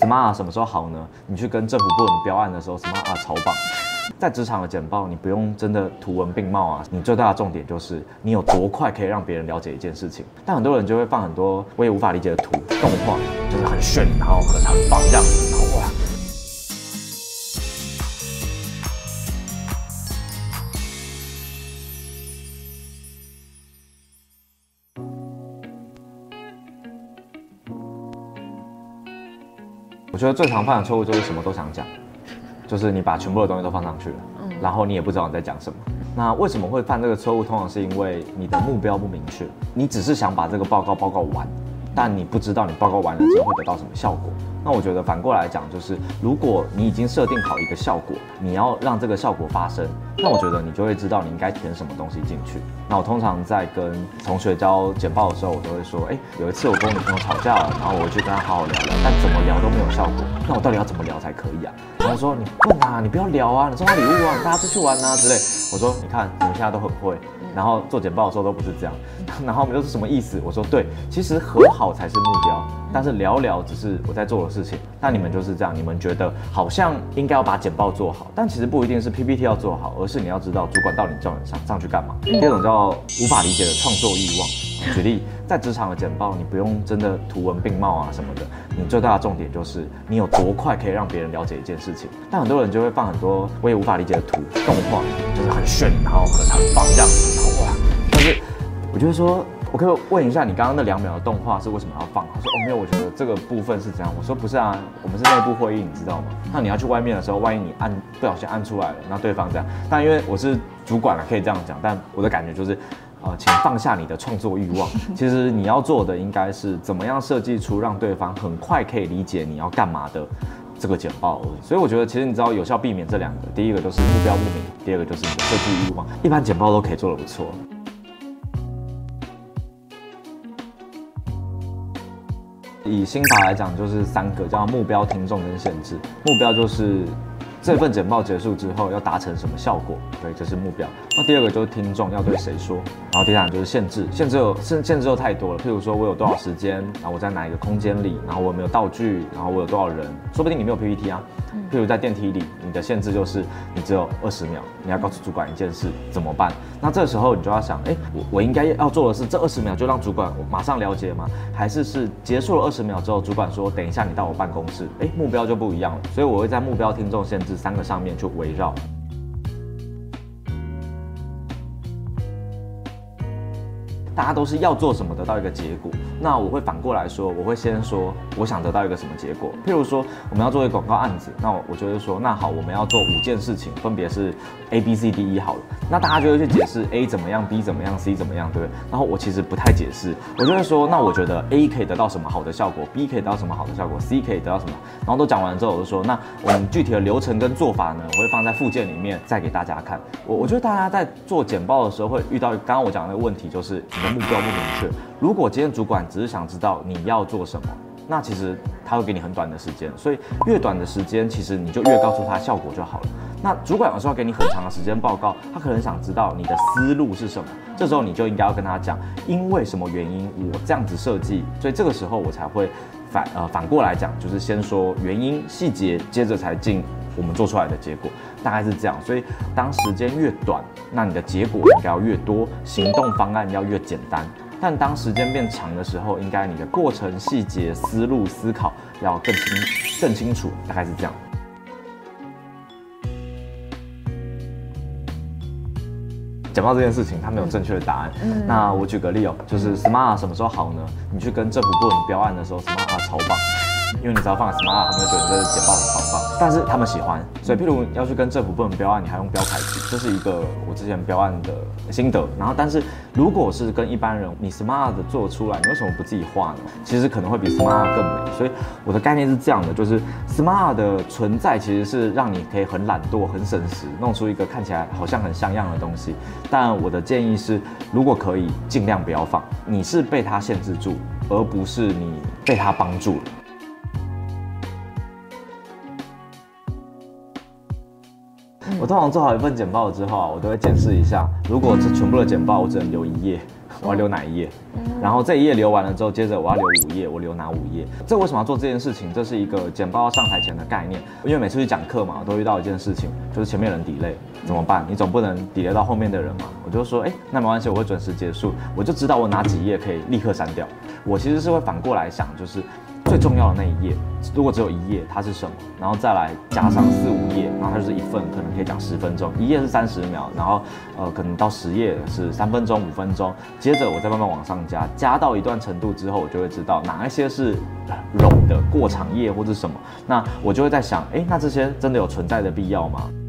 ？Smart 什么时候好呢？你去跟政府部门标案的时候，Smart 超棒。在职场的简报，你不用真的图文并茂啊，你最大的重点就是你有多快可以让别人了解一件事情。但很多人就会放很多我也无法理解的图、动画，就是很炫，然后很棒这样子，然后哇。我觉得最常犯的错误就是什么都想讲，就是你把全部的东西都放上去了，然后你也不知道你在讲什么。那为什么会犯这个错误？通常是因为你的目标不明确，你只是想把这个报告完，但你不知道你报告完了之后会得到什么效果。那我觉得反过来讲，就是如果你已经设定好一个效果，你要让这个效果发生，那我觉得你就会知道你应该填什么东西进去。那我通常在跟同学教简报的时候，我都会说，有一次我跟我女朋友吵架了，然后我去跟她好好聊聊，但怎么聊都没有效果，那我到底要怎么聊才可以啊？然后说你笨啊，你不要聊啊，你送她礼物啊，大家出去玩啊之类。我说你看你们现在都很会，然后做简报的时候都不是这样，然后我们就是什么意思？我说对，其实和好才是目标，但是聊聊只是我在做的事情。那你们就是这样，你们觉得好像应该要把简报做好，但其实不一定是 PPT 要做好，而是你要知道主管到底叫你上去干嘛。第二种叫无法理解的创作欲望。举例，在职场的简报，你不用真的图文并茂啊什么的，你最大的重点就是你有多快可以让别人了解一件事情。但很多人就会放很多我也无法理解的图、动画，就是很炫，然后很棒这样子，然后哇。但是我就会说，我可以问一下，你刚刚那2秒的动画是为什么要放？他说没有，我觉得这个部分是这样。我说不是啊，我们是内部会议，你知道吗？那你要去外面的时候，万一你不小心按出来了，那对方这样。但因为我是主管了，可以这样讲，但我的感觉就是。请放下你的创作欲望。其实你要做的应该是怎么样设计出让对方很快可以理解你要干嘛的这个简报而已。所以我觉得，其实你知道有效避免这2个，第一个就是目标不明，第二个就是你的设计欲望。一般简报都可以做得不错。以心法来讲，就是3个，叫目标、听众跟限制。目标就是这份简报结束之后要达成什么效果，对，这是目标。那第2个就是听众要对谁说，然后第3个就是限制，限制又太多了。譬如说我有多少时间，然后我在哪一个空间里，然后我有没有道具，然后我有多少人，说不定你没有 PPT 啊。譬如在电梯里，你的限制就是你只有20秒，你要告诉主管一件事，怎么办？那这时候你就要想，我应该要做的是这20秒就让主管马上了解吗？还是结束了20秒之后，主管说等一下你到我办公室，目标就不一样了。所以我会在目标、听众、限制3个上面去围绕。大家都是要做什么得到一个结果，那我会反过来说，我会先说我想得到一个什么结果。譬如说我们要做一个广告案子，那我就会说，那好，我们要做5件事情，分别是 A B C D E 好了。那大家就会去解释 A 怎么样 ，B 怎么样 ，C 怎么样，对不对？然后我其实不太解释，我就会说，那我觉得 A 可以得到什么好的效果 ，B 可以得到什么好的效果 ，C 可以得到什么。然后都讲完之后，我就说，那我们具体的流程跟做法呢，我会放在附件里面再给大家看。我觉得大家在做简报的时候会遇到刚刚我讲的那个问题，就是你的目标不明确。如果今天主管只是想知道你要做什么，那其实他会给你很短的时间，所以越短的时间，其实你就越告诉他效果就好了。那主管有时候给你很长的时间报告，他可能想知道你的思路是什么，这时候你就应该要跟他讲，因为什么原因我这样子设计，所以这个时候我才会反过来讲，就是先说原因细节，接着才进我们做出来的结果，大概是这样。所以当时间越短，那你的结果应该要越多，行动方案要越简单。但当时间变长的时候，应该你的过程、细节、思路、思考要更清楚，大概是这样。简报这件事情，它没有正确的答案。那我举个例就是 Smart 什么时候好呢？你去跟政府部门标案的时候 ，Smart 超棒。因为你只要放 Smart， 他们就觉得这个简报很棒，但是他们喜欢，所以譬如要去跟政府部门标案，你还用标楷体，这是一个我之前标案的心得。然后，但是如果是跟一般人，你 Smart 的做出来，你为什么不自己画呢？其实可能会比 Smart 更美。所以我的概念是这样的，就是 Smart 的存在其实是让你可以很懒惰、很省时，弄出一个看起来好像很像样的东西。但我的建议是，如果可以，尽量不要放，你是被它限制住，而不是你被它帮助了。我通常做好一份简报之后啊，我都会检视一下，如果这全部的简报我只能留1页， 我要留哪一页，然后这一页留完了之后，接着我要留5页，我留哪5页？这为什么要做这件事情？这是一个简报要上台前的概念。因为每次去讲课嘛，我都遇到一件事情，就是前面人 delay 怎么办？你总不能 delay 到后面的人嘛。我就说，那没关系，我会准时结束，我就知道我哪几页可以立刻删掉。我其实是会反过来想，就是最重要的那一页，如果只有1页，它是什么？然后再来加上4、5页，然后它就是一份，可能可以讲10分钟，1页是30秒，然后可能到10页是3分钟、5分钟，接着我再慢慢往上加，加到一段程度之后，我就会知道哪一些是冗的过场页或者什么，那我就会在想，那这些真的有存在的必要吗？